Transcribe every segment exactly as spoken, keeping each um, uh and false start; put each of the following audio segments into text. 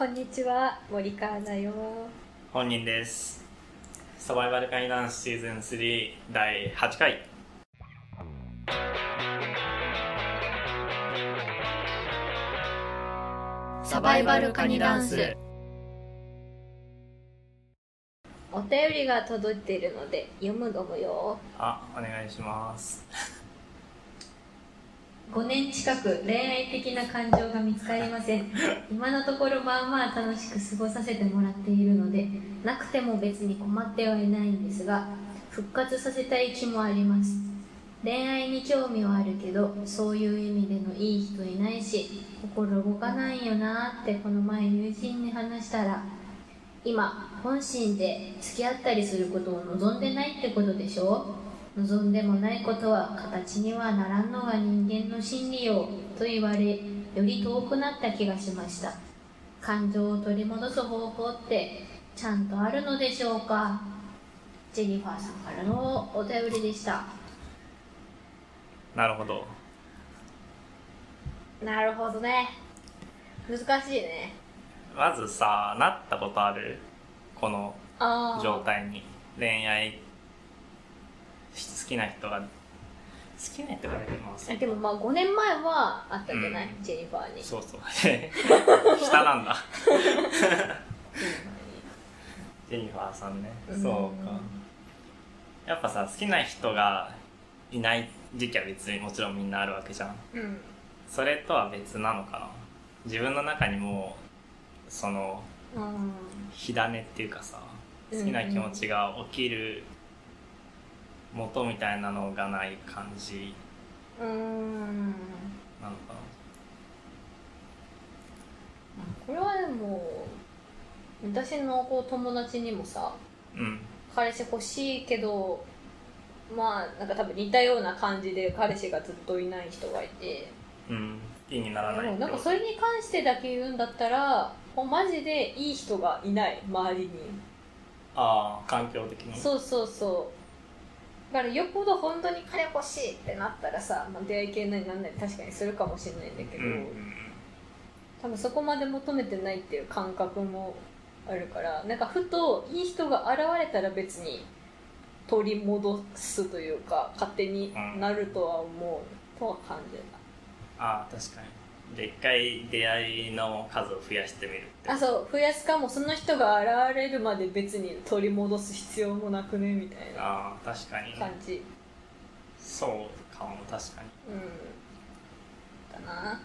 こんにちは、森川だよ。 本人です。サバイバルカニダンスシーズンスリーだいはちかい。 サバイバルカニダンス。 お便りが届いているので読むのもよ。 あ、お願いします。 ごねん近く恋愛的な感情が見つかりません。今のところまあまあ楽しく過ごさせてもらっているので、なくても別に困ってはいないんですが、復活させたい気もあります。恋愛に興味はあるけど、そういう意味でのいい人いないし、心動かないよなってこの前友人に話したら、今本心で付き合ったりすることを望んでないってことでしょ。望んでもないことは形にはならんのが人間の心理よと言われ、より遠くなった気がしました。感情を取り戻す方法ってちゃんとあるのでしょうか。ジェニファーさんからのお便りでした。 なるほど。 なるほどね。難しいね。 まずさ、なったことある？この状態に。恋愛好きな人が好きな人がいるのはさ、 でもまあごねんまえはあったんじゃない、うん、ジェニファーに。 そうそう下なんだジェニファーさんね、うん、そうか。やっぱさ、好きな人がいない時期は別にもちろんみんなあるわけじゃん、うん、それとは別なのかな。自分の中にもその、うん、火種っていうかさ、好きな気持ちが起きる元みたいなのがない感じなのかな。 これはでも私のこう友達にもさ、うん、彼氏欲しいけどまあなんか多分似たような感じで彼氏がずっといない人がいて、 うん、気にならない。 なんかそれに関してだけ言うんだったらもうマジでいい人がいない周りに。 ああ、環境的に。 そうそうそう。だからよっぽど本当に彼欲しいってなったらさ、まあ、出会い系なりなんなり確かにするかもしれないんだけど、うんうん、多分そこまで求めてないっていう感覚もあるから、なんかふといい人が現れたら別に取り戻すというか勝手になるとは思うとは感じるな、うん、ああ確かに。で一回出会いの数を増やしてみるって。 あ、そう、増やすかもその人が現れるまで別に取り戻す必要もなくねみたいな。 ああ確かに感じ。 そうかも、確かに。 うんだな。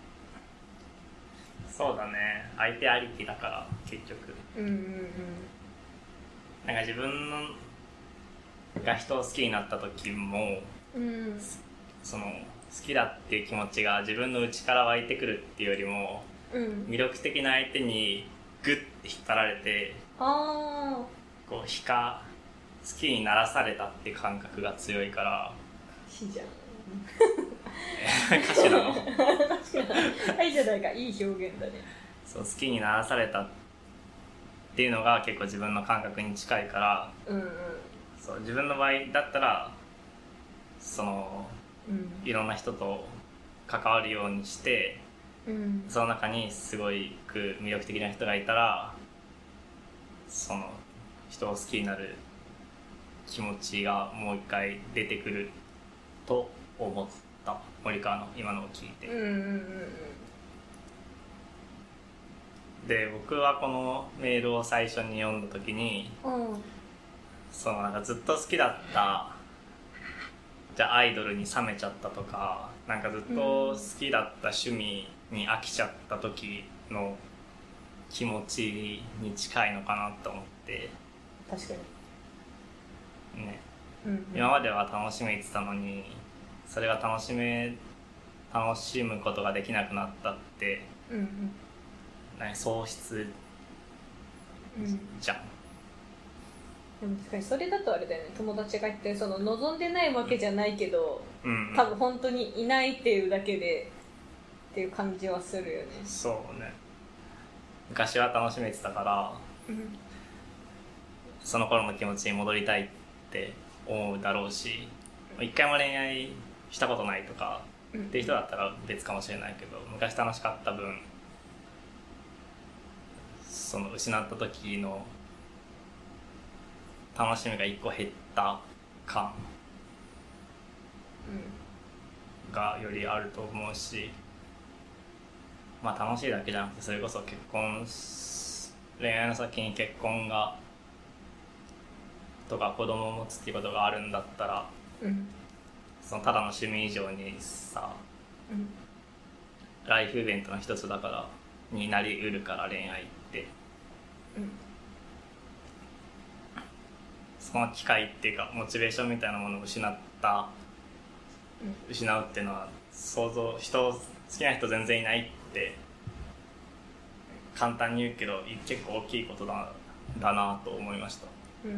そうだね、相手ありきだから結局。うんうんうん。なんか自分が人を好きになった時も、うん、その好きだっていう気持ちが自分の内から湧いてくるっていうよりも、うん、魅力的な相手にグッて引っ張られて、あこうひか好きにならされたっていう感覚が強いから。 詩じゃん歌詞なのはいじゃないか、いい表現だね。 そう、好きにならされたっていうのが結構自分の感覚に近いから、うんうん、そう自分の場合だったらそのうん、いろんな人と関わるようにして、うん、その中にすごい魅力的な人がいたら、その人を好きになる気持ちがもう一回出てくると思った。森川の今のを聞いて、うんうんうん、で僕はこのメールを最初に読んだ時に、うん、そのなんかずっと好きだったじゃあアイドルに冷めちゃったとか、なんかずっと好きだった趣味に飽きちゃった時の気持ちに近いのかなと思って。 確かにね、うんうん、今までは楽しめてたのにそれが楽しめ楽しむことができなくなったって、うんうん、ね、喪失じゃん、うん。 でも確かにそれだとあれだよね、友達が言ってその望んでないわけじゃないけど、うんうん、多分本当にいないっていうだけでっていう感じはするよね。 そうね、昔は楽しめてたから、うん、その頃の気持ちに戻りたいって思うだろうし、一回も恋愛したことないとかっていう人だったら別かもしれないけど、昔楽しかった分その失った時の楽しみが一個減った感がよりあると思うし、まあ楽しいだけじゃなくてそれこそ結婚恋愛の先に結婚がとか子供を持つっていうことがあるんだったら、うん、そのただの趣味以上にさ、うん、ライフイベントの一つだからになりうるから恋愛って、うん、その機会っていうかモチベーションみたいなものを失った、うん、失うっていうのは想像人好きな人全然いないって簡単に言うけど結構大きいことだ、だなと思いました。うん、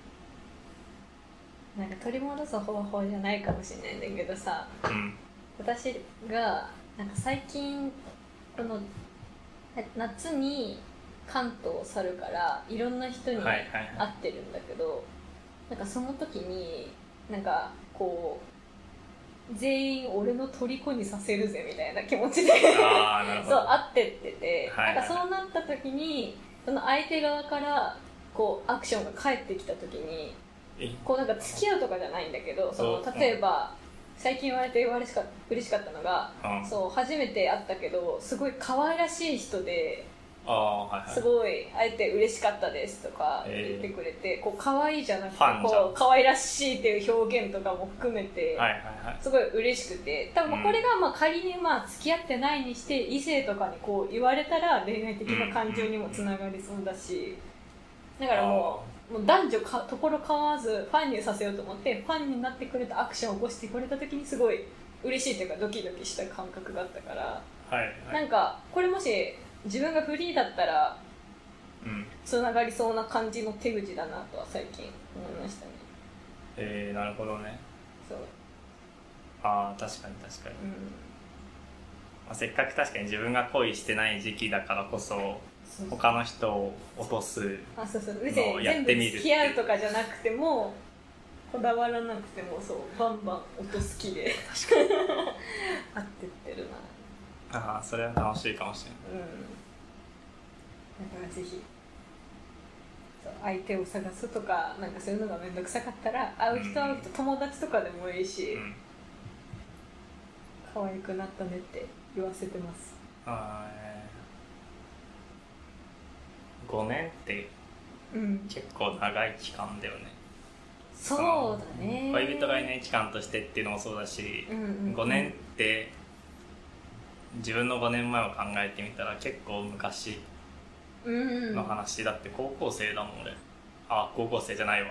なんか取り戻す方法じゃないかもしれないんだけどさ、うん、私がなんか最近この夏に関東を去るからいろんな人に会ってるんだけど、はいはいはい、なんかその時になんかこう全員俺の虜にさせるぜみたいな気持ちであなるほどそう会ってってて、はいはい、なんかそうなった時にその相手側からこうアクションが返ってきた時にこうなんか付き合うとかじゃないんだけど、その例えば最近言われて言われしか嬉しかったのが、うん、そう初めて会ったけどすごい可愛らしい人で、あ、はいはい、すごい会えて嬉しかったですとか言ってくれて、えー、こう可愛いじゃなくてこう可愛らしいっていう表現とかも含めて、はいはいはい、すごい嬉しくて、多分これがまあ仮にまあ付き合ってないにして異性とかにこう言われたら恋愛的な感情にもつながりそうだし、だからもうもう男女かところ変わらずファンにさせようと思ってファンになってくれたアクションを起こしてくれた時にすごい嬉しいというかドキドキした感覚があったから、はいはい、なんかこれもし自分がフリーだったらつながりそうな感じの手口だなとは最近思いましたね。 えー、なるほどね。 そう、 ああ確かに確かに、うん、まあ、せっかく確かに自分が恋してない時期だからこそ他の人を落とすのをやってみるっていう、全部付き合うとかじゃなくてもこだわらなくてもそうバンバン落とす気で確かに合ってってるな。 ああそれは楽しいかもしれない、 うん、だからぜひ相手を探すとかなんかそういうのがめんどくさかったら会う人会う人、うん、友達とかでもいいし、うん、可愛くなったねって言わせてます。あーごねんって結構長い期間だよね、うん、 そうだね。 恋人がいない期間としてっていうのもそうだし、うんうんうん、ごねんって自分のごねんまえを考えてみたら結構昔の話、うん、だって高校生だもん俺。あ、高校生じゃないわ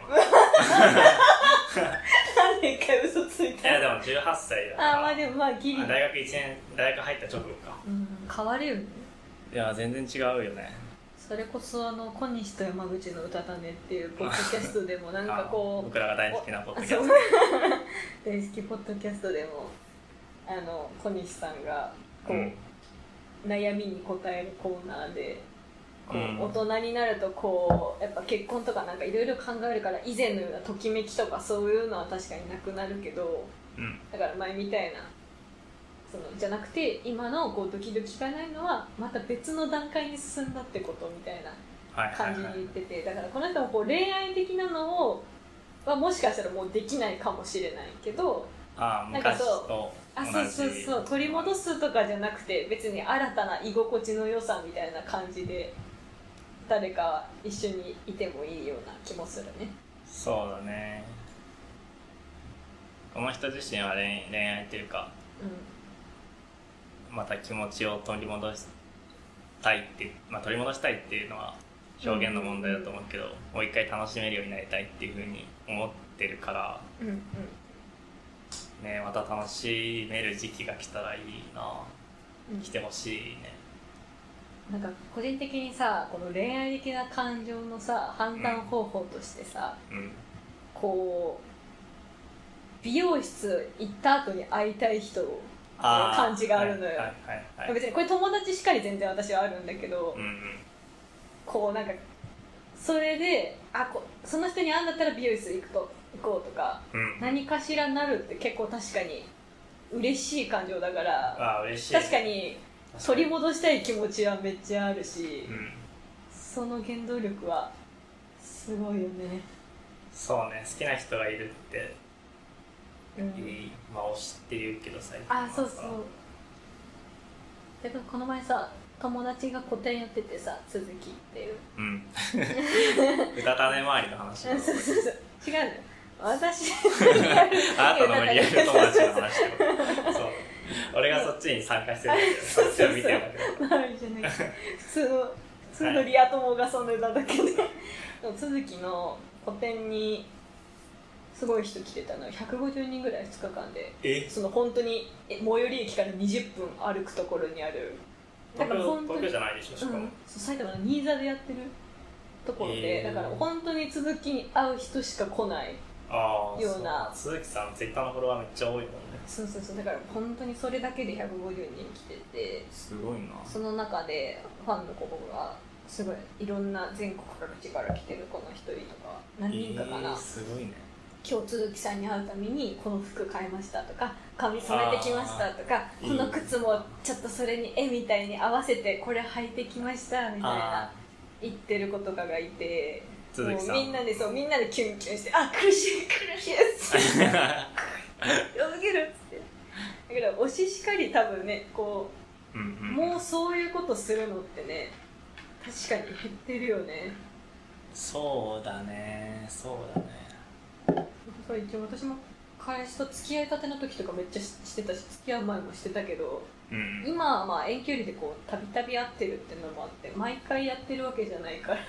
なんで一回嘘ついた。 いやでもじゅうはっさいだから。 あ、まあでもまあギリ。 大学いちねん、大学入った直後か、 うん、変わるよね。 いや全然違うよね。 それこそあの小西と山口の歌だねっていうポッドキャストでもなんかこう僕らが大好きなポッドキャスト大好きポッドキャストでもあの小西さんがこう、うん、悩みに答えるコーナーでこう、うん、大人になるとこうやっぱ結婚とかなんかいろいろ考えるから以前のようなときめきとかそういうのは確かになくなるけど、うん、だから前みたいなそのじゃなくて今のこうドキドキがないのはまた別の段階に進んだってことみたいな感じに言ってて、だからこの人もこう恋愛的なのをはもしかしたらもうできないかもしれないけど、 あなんかそうあそうそうそう取り戻すとかじゃなくて別に新たな居心地の良さみたいな感じで誰か一緒にいてもいいような気もするね。 そうだね。この人自身は 恋, 恋愛っていうか、うん、また気持ちを取り戻したいって、まあ、取り戻したいっていうのは表現の問題だと思うけど、うん、もう一回楽しめるようになりたいっていうふうに思ってるから、うんうんね、また楽しめる時期が来たらいいな、うん、来てほしいね。 なんか個人的にさこの恋愛的な感情のさ判断方法としてさ、うんうん、こう美容室行った後に会いたい人の感じがあるのよ、はいはいはいはい、別にこれ友達しかり全然私はあるんだけど、うんうん、こうなんかそれであこその人に会うんだったら美容室行くと行こうとか、うん、何かしらなるって結構確かに嬉しい感情だから、 あ嬉しい確かに取り戻したい気持ちはめっちゃあるし、うん、 その原動力はすごいよね。 そうね、好きな人がいるって、 うん、 まあ推しって言うけど最近あ、そうそう。でこの前さ、友達が個展やっててさ、鈴木っていう、うんうたたね周りの話そうそうそう、違うのよ、私あなたのリアル友達の話をそう俺がそっちに参加してるんだけど、そっちを見てるんだけど、周りじゃない普通の普通のリア友がそんなだけで鈴木の個展にすごい人来てたのよ。ひゃくごじゅうにんぐらいふつかかんで、えその本当に最寄り駅からにじゅっぷん歩くところにある、 だから本当に東京じゃないでしょ、しかも、うん、 埼玉の新座でやってるところで、えー、だから本当に鈴木に会う人しか来ないような。 鈴木さんツイッターのフォロワーめっちゃ多いもんね。 そうそうそう、だから本当にそれだけでひゃくごじゅうにん来てて、 すごいな。 その中でファンの子がすごいいろんな全国各地から来てる子の一人とか何人かかな、 えー、すごいね。 今日鈴木さんに会うためにこの服買いましたとか、髪染めてきましたとか、この靴もちょっとそれに絵みたいに合わせてこれ履いてきましたみたいな言ってる子とかがいて、もうみんなでそうみんなでキュンキュンして、あ、苦しい苦しいっつってよすぎるっつって。だけど推ししかり多分ね、こう、うんうん、もうそういうことするのってね、確かに減ってるよね。 そうだね、そうだね。 そう、一応私も彼氏と付き合いたての時とかめっちゃしてたし、付き合う前もしてたけど、うん、今はまあ遠距離でこうたびたび会ってるっていうのもあって、毎回やってるわけじゃないから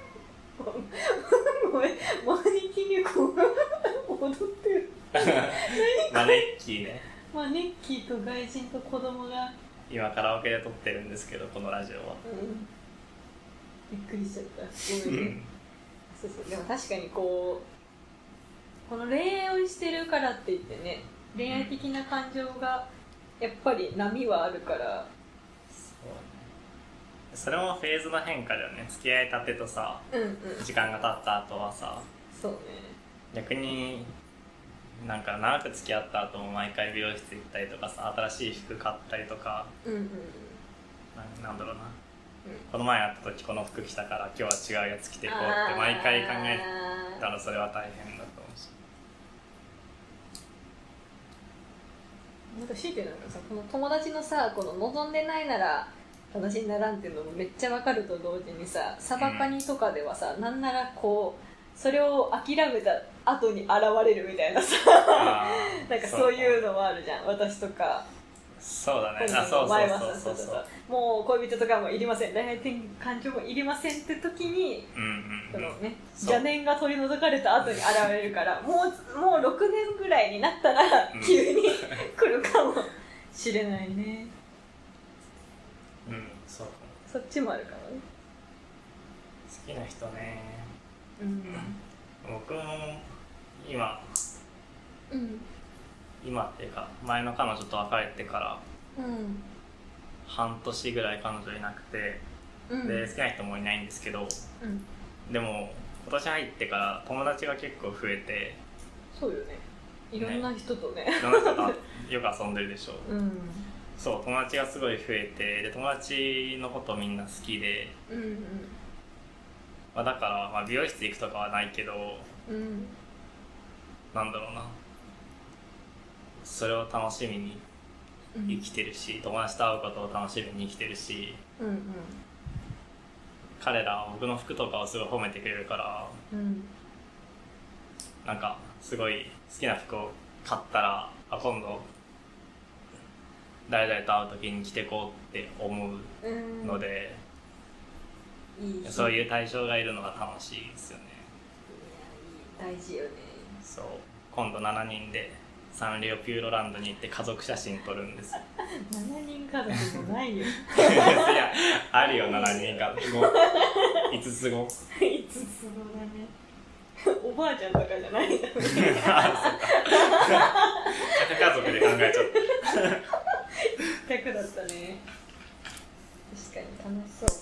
ごめん、マネキンにこう踊ってるマネッキーね。 マネッキーと外人と子供が今カラオケで撮ってるんですけど、このラジオは、 うん、びっくりしちゃった、ごめんねそうそう、でも確かにこうこの恋愛をしてるからって言ってね、恋愛的な感情がやっぱり波はあるから、 そうね、それもフェーズの変化だよね。付き合いたてとさ、うんうん、時間が経った後はさ、 そうね、 逆になんか長く付き合った後も毎回美容室行ったりとかさ、新しい服買ったりとか、うんうん、な, なんだろうな、うん、この前会った時この服着たから今日は違うやつ着ていこうって毎回考えたらそれは大変だと思うし、 なんか強いてなんかさ、この友達のさ、この望んでないなら話にならんっていうのもめっちゃわかると同時にさ、サバカニとかではさ、うん、なんならこうそれを諦めた後に現れるみたいなさなんかそういうのもあるじゃん、私とか。 そうだね、あ、そうそうそうそうそう、 もう恋人とかもいりません、恋愛的感情もいりませんって時に、うんうんうん、そのね、邪念が取り除かれた後に現れるからもう、もうろくねんぐらいになったら急に来るかもしれないね。 うん、そうかも。 そっちもあるかもね。 好きな人ね、うん、僕も今、うん今っていうか前の彼女と別れてから半年ぐらい彼女いなくて、うん、で好きな人もいないんですけど、うん、でも今年入ってから友達が結構増えて。 そうよね、いろんな人とね、 いろんな人とよく遊んでるでしょ、うん、そう、友達がすごい増えて、で友達のことみんな好きで、うんうんまあ、だから、まあ、美容室行くとかはないけど、うん、なんだろうな、それを楽しみに生きてるし、うん、友達と会うことを楽しみに生きてるし、うんうん、彼らは僕の服とかをすごい褒めてくれるから、うん、なんかすごい好きな服を買ったら、あ、今度誰々と会う時に着てこうって思うので、うん、いいそういう対象がいるのが楽しいですよね。 いや、いい、大事よね。 そう、今度しちにんでサンリオピューロランドに行って家族写真撮るんです。しちにん家族もないよ。いや、あるよ、しちにん家族。いつつご。いつつごだね。おばあちゃんとかじゃないんだね。あ、そっか。家族で考えちゃった。 一択だったね。確かに楽しそう。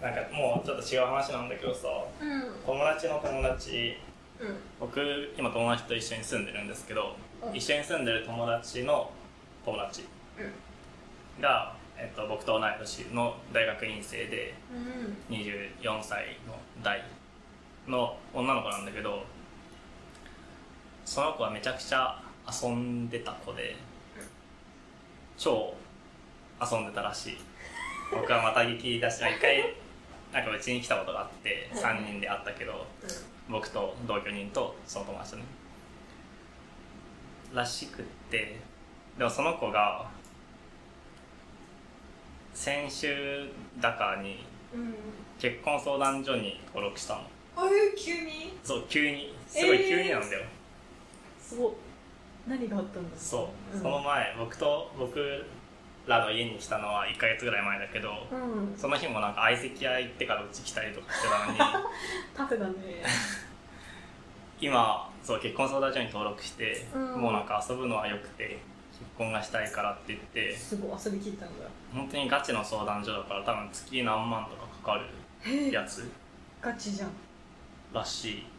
なんかもうちょっと違う話なんだけどさ、うん、友達の友達、うん、僕今友達と一緒に住んでるんですけど、うん、一緒に住んでる友達の友達がえっと、僕と同い年の大学院生で、うん、にじゅうよんさいの代の女の子なんだけど、その子はめちゃくちゃ遊んでた子で、超遊んでたらしい。僕はまた聞き出し、一回なんかうちに来たことがあってさんにんで会ったけど、うん、僕と同居人とその友達とねらしくって、でもその子が先週だかに結婚相談所に登録したの。 えー、急に？ そう、急に、すごい急になんだよ。 えー、すごい。何があったんだろう。 そう、うん、その前僕と僕らの家に来たのはいっかげつぐらい前だけど、うん、その日もなんか相席屋行ってからうち来たりとかしてたのにタフだね今そう結婚相談所に登録して、うん、もうなんか遊ぶのはよくて結婚がしたいからって言ってすごい遊びきったんだ。 本当にガチの相談所だから多分月何万とかかかるやつガチじゃんらしい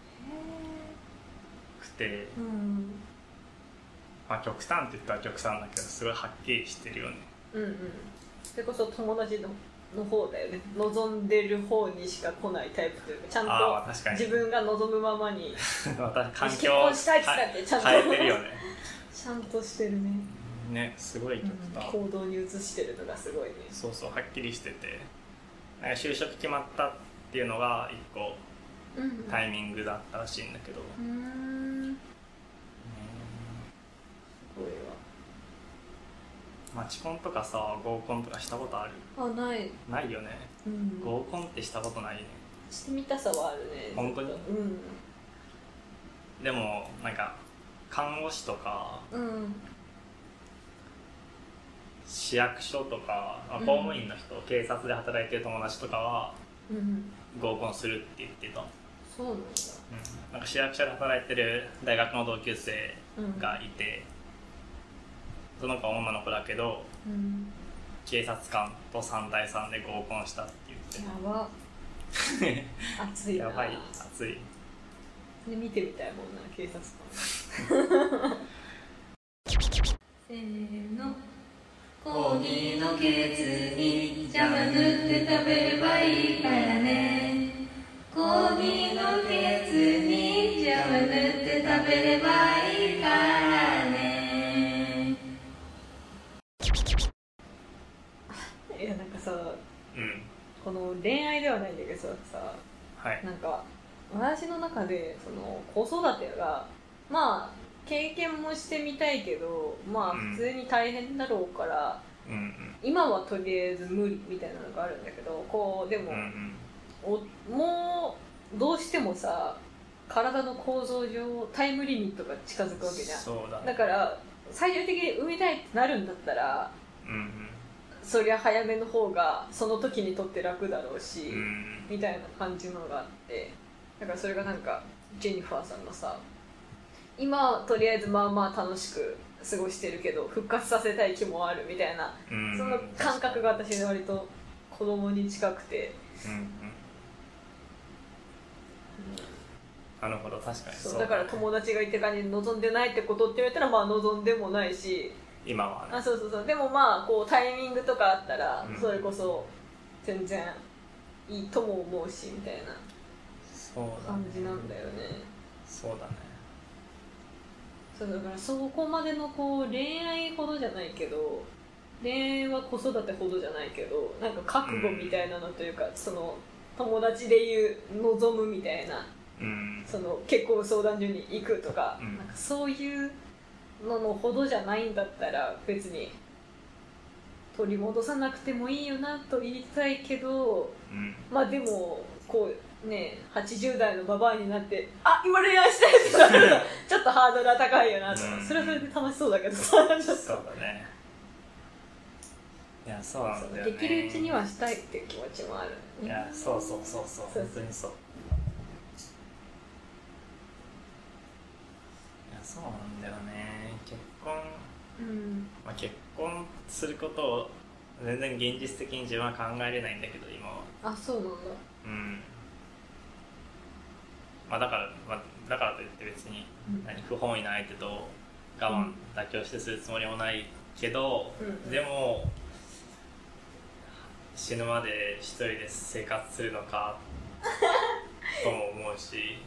くて、うん、まあ極端って言ったら極端だけどすごいはっきりしてるよね。 うんうん。それこそ友達のの方だよね。望んでる方にしか来ないタイプというか、ちゃんと自分が望むままに環境をしたいって言ってちゃんと変えてるよね。 ちゃんとしてるね。 ね、すごい極端、 うん、行動に移してるのがすごいね。 そうそう、はっきりしてて、なんか就職決まったっていうのが一個タイミングだったらしいんだけど、うん、うんすごいわ。 マチコンとかさ、合コンとかしたことある？ あ、ないないよね、うん、合コンってしたことないね。 してみたさはあるね。 本当に？ うん。 でもなんか看護師とか、うん、市役所とか、公務員の人、うん、警察で働いてる友達とかは、うん、合コンするって言ってた。 そうなんだ、 うん、なんか市役所で働いてる大学の同級生がいて、うん、その子は女の子だけど、うん、警察官とさん対さんで合コンしたって言ってやば熱いな。 やばい、熱い。 で見てみたいもんな、警察官せーの。 コーヒーのケツにジャム塗って食べればいいからね。コーヒーのケツにジャム塗って食べればいいからね。 いやなんかさ、 うん、 この恋愛ではないんだけどさ、 はい、 なんか私の中でその子育てがまあ経験もしてみたいけど、まあ普通に大変だろうから、うんうん、今はとりあえず無理みたいなのがあるんだけど、こうでも、うんうん、おもうどうしてもさ体の構造上タイムリミットが近づくわけじゃん。 そうだね、 だから最終的に産みたいってなるんだったら、うんうん、そりゃ早めの方がその時にとって楽だろうし、うん、みたいな感じのがあって、だからそれがなんかジェニファーさんのさ、今はとりあえずまあまあ楽しく過ごしてるけど復活させたい気もあるみたいな、うん、その感覚が私の割と子供に近くて、うんうん、 なるほど、確かにそう。だから友達がいてからに望んでないってことって言われたらまあ望んでもないし、 今はね、 あ、そうそうそう。でもまあこうタイミングとかあったらそれこそ全然いいとも思うしみたいな感じなんだよね。 そうだね。 そうだからそこまでのこう恋愛ほどじゃないけど、恋愛は子育てほどじゃないけど、なんか覚悟みたいなのというか、うん、その友達でいう望むみたいな、うん、その結婚相談所に行くとか、うん、なんかそういうののほどじゃないんだったら別に取り戻さなくてもいいよなと言いたいけど、うん、まあでもこうね、はちじゅう代のババアになってあ、今恋愛したいってなるのちょっとハードルは高いよなと、うん、それはそれで楽しそうだけどさそうだね。いや、そうなんだよね。 できるうちにはしたいっていう気持ちもある、 ね、いや、そうそうそうそう、本当にそう。いや、そうなんだよね。結婚、うんまあ、結婚することを全然現実的に自分は考えれないんだけど今は。 あ、そうなんだ。 うん。まあだから、まあ、だからといって別に、うん、何不本意な相手と我慢、妥協してするつもりもないけど、うん、でも死ぬまで一人で生活するのかとも思うし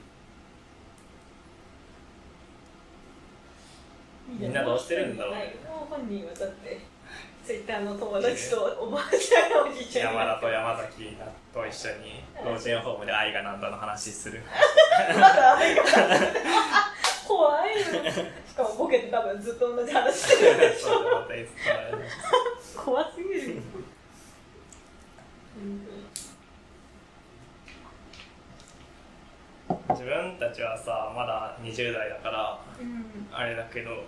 みんなどうしてるんだろうね。 もう本人はだってツイッターの友達とおばあちゃんのおじいちゃん山田と山崎と一緒に老人ホームで愛がなんだの話するまだ愛がなんだ怖いよ。しかもボケて多分ずっと同じ話してるでしょ怖すぎる自分たちはさまだにじゅう代だから、うん、あれだけど、うん、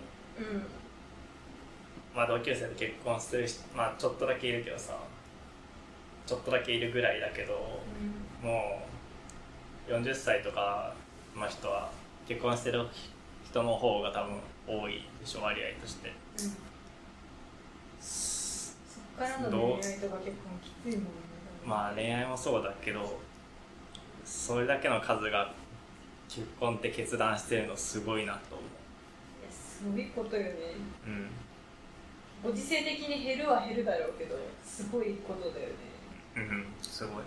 まあ同級生で結婚する人、まあちょっとだけいるけどさちょっとだけいるぐらいだけど、うん、もうよんじゅっさいとかの人は結婚してる人の方が多分多いでしょ割合として、うん、 そっからの恋愛とか結構きついもんね。 まあ恋愛もそうだけどそれだけの数が結婚って決断してるのすごいなと思う。 いやすごいことよね。 うんご時世的に減るは減るだろうけどすごいことだよね。 うんすごい。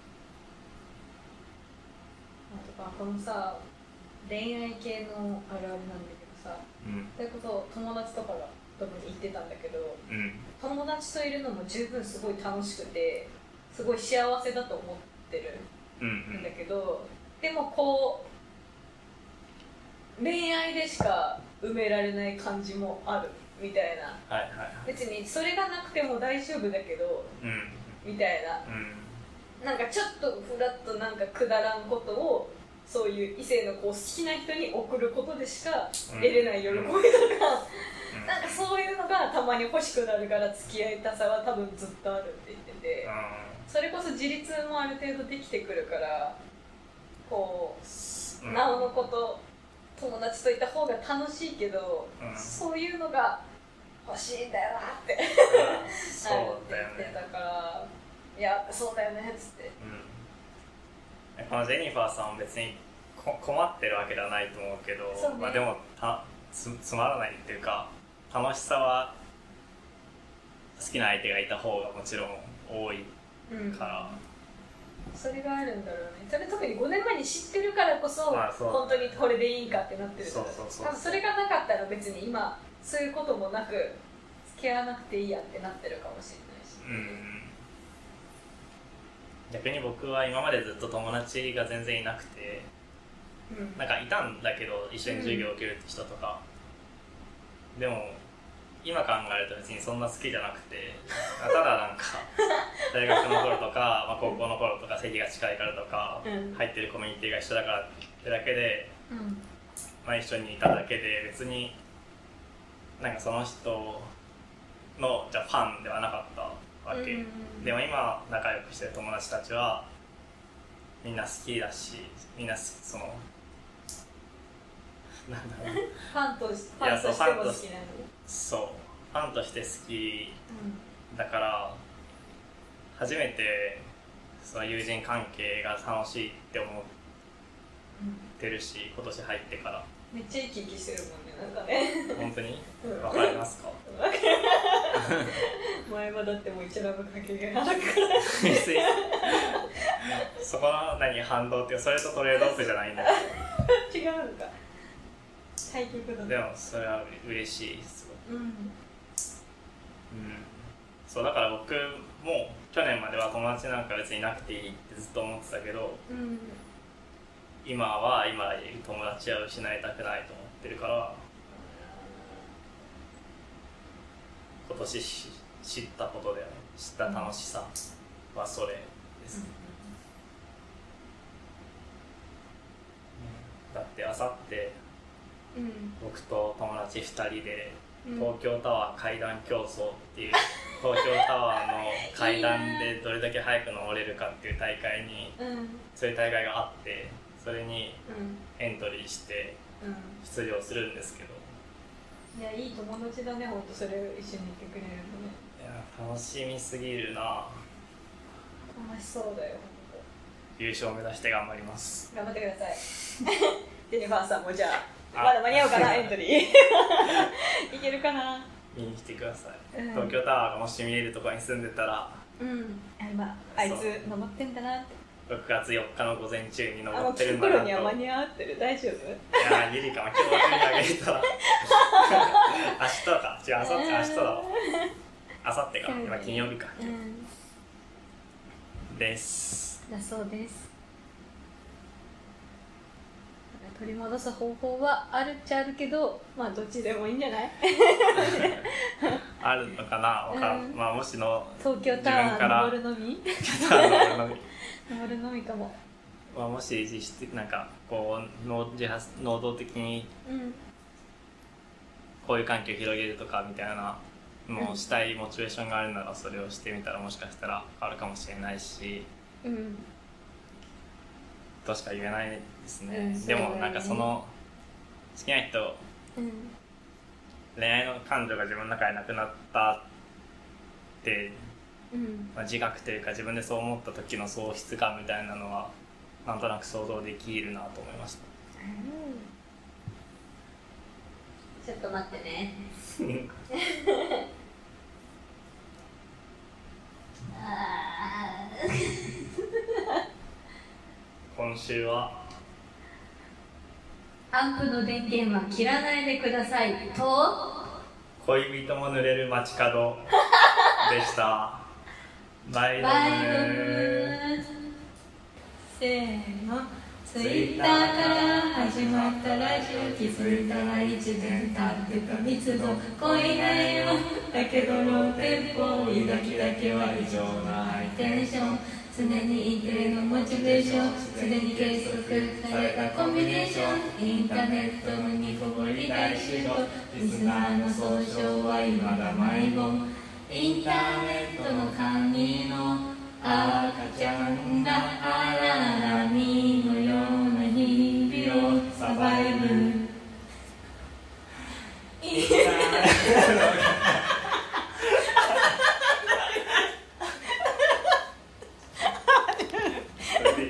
あとかこのさ恋愛系のあるあるなんだけどさ、うん、それこそ友達とかが特に言ってたんだけど、うん、友達といるのも十分すごい楽しくてすごい幸せだと思ってるんだけど、うんうん、でもこう恋愛でしか埋められない感じもあるみたいな、 はいはいはい、 別にそれがなくても大丈夫だけど、うん、みたいな、うん、なんかちょっとふらっとなんかくだらんことをそういう異性のこう好きな人に送ることでしか得れない喜びとか、うん、なんかそういうのがたまに欲しくなるから付き合いたさは多分ずっとあるって言ってて、うん、それこそ自立もある程度できてくるからこう、うん、なおのこと友達といた方が楽しいけど、うん、そういうのが欲しいんだよなって、 うん、そうだよね言ってたからいやそうだよねっつって、 うん、このジェニファーさんも別にこ困ってるわけではないと思うけど、ねまあ、でもた つ, つまらないっていうか楽しさは好きな相手がいた方がもちろん多いから、 うん、それがあるんだろうね。それ特にごねんまえに知ってるからこそ、まあ、そう本当にこれでいいんかってなってるんだろう。そうそうそうそう。多分それがなかったら別に今そういうこともなく付き合わなくていいやってなってるかもしれないし、うん、 逆に僕は今までずっと友達が全然いなくて、うん、なんかいたんだけど一緒に授業を受けるって人とか、うん、でも今考えると別にそんな好きじゃなくてただなんか大学の頃とか、まあ、高校の頃とか席が近いからとか、うん、入ってるコミュニティが一緒だからってだけで、うんまあ、一緒にいただけで別になんかその人のじゃファンではなかったわけ、うん、でも今仲良くしてる友達たちはみんな好きだしみんなそのなんだろうファンとしても好きなの。 そうファンとして好きだから、うん、初めてその友人関係が楽しいって思ってるし、うん、今年入ってからめっちゃ生き生きしてるもんねなんかね本当にわかりますか前はだってもう一ラブかけがあるからそこの何反動ってそれとトレードオフじゃないんだ違うのか対極だ。 でもそれは嬉しいですごい、うんうん、そうだから僕も去年までは友達なんか別にいなくていいってずっと思ってたけど、うん、今は今いる友達は失いたくないと思ってるから今年知ったことで知った楽しさはそれですね、うん、だってあさって僕と友達ふたりで東京タワー階段競争っていう東京タワーの階段でどれだけ早く登れるかっていう大会にそういう大会があってそれにエントリーして出場するんですけど、 いやいい友達だねほんとそれを一緒に行ってくれるのね。 いや楽しみすぎるな。 楽しそうだよほんと。 優勝を目指して頑張ります。 頑張ってくださいジェニファーさんもじゃあまだ間に合うかなエントリーいけるかな。 見に来てください、 うん、 東京タワーがもし見えるところに住んでたら、 うん、あ今あいつ登ってんだなって、 ろくがつよっかの午前中にあ登ってるんのだなと。 頃には間に合ってる、大丈夫？ いやー、ゆりかも今日中にあげれたら明日か、違う、明後日、明日だわ、明後日か、今金曜日か、 うん、 ですだそうです。取り戻す方法はあるっちゃあるけど、まあどっちでもいいんじゃない？ あるのかな、わからん、 うん、 まあもしの東京タワー登るのみ登るのみかも、 まあ、もし実質なんかこう能自発能動的にこういう環境を広げるとかみたいなのをしたいモチベーションがあるならそれをしてみたらもしかしたら変わるかもしれないし、 うん、 としか言えないですね、 うん、 でもなんかその好きな人、 うん、 恋愛の感情が自分の中でなくなったって、 うんまあ、自覚というか自分でそう思った時の喪失感みたいなのはなんとなく想像できるなと思いました、 ちょっと待ってね今週はアンプの電源は切らないでくださいと恋人も濡れる街角でしたバイドバイドムムせーの、 ツイッターから始まったラジオ、気づいたら一年経ってた密度恋ないよだけどローテンポ抱きだけは異常なハイテンション、常に一定のモチベーション、常に計測されたコンビネーション、インターネットの煮こぼり大集合、リスナーの総称は未だ迷子、インターネットの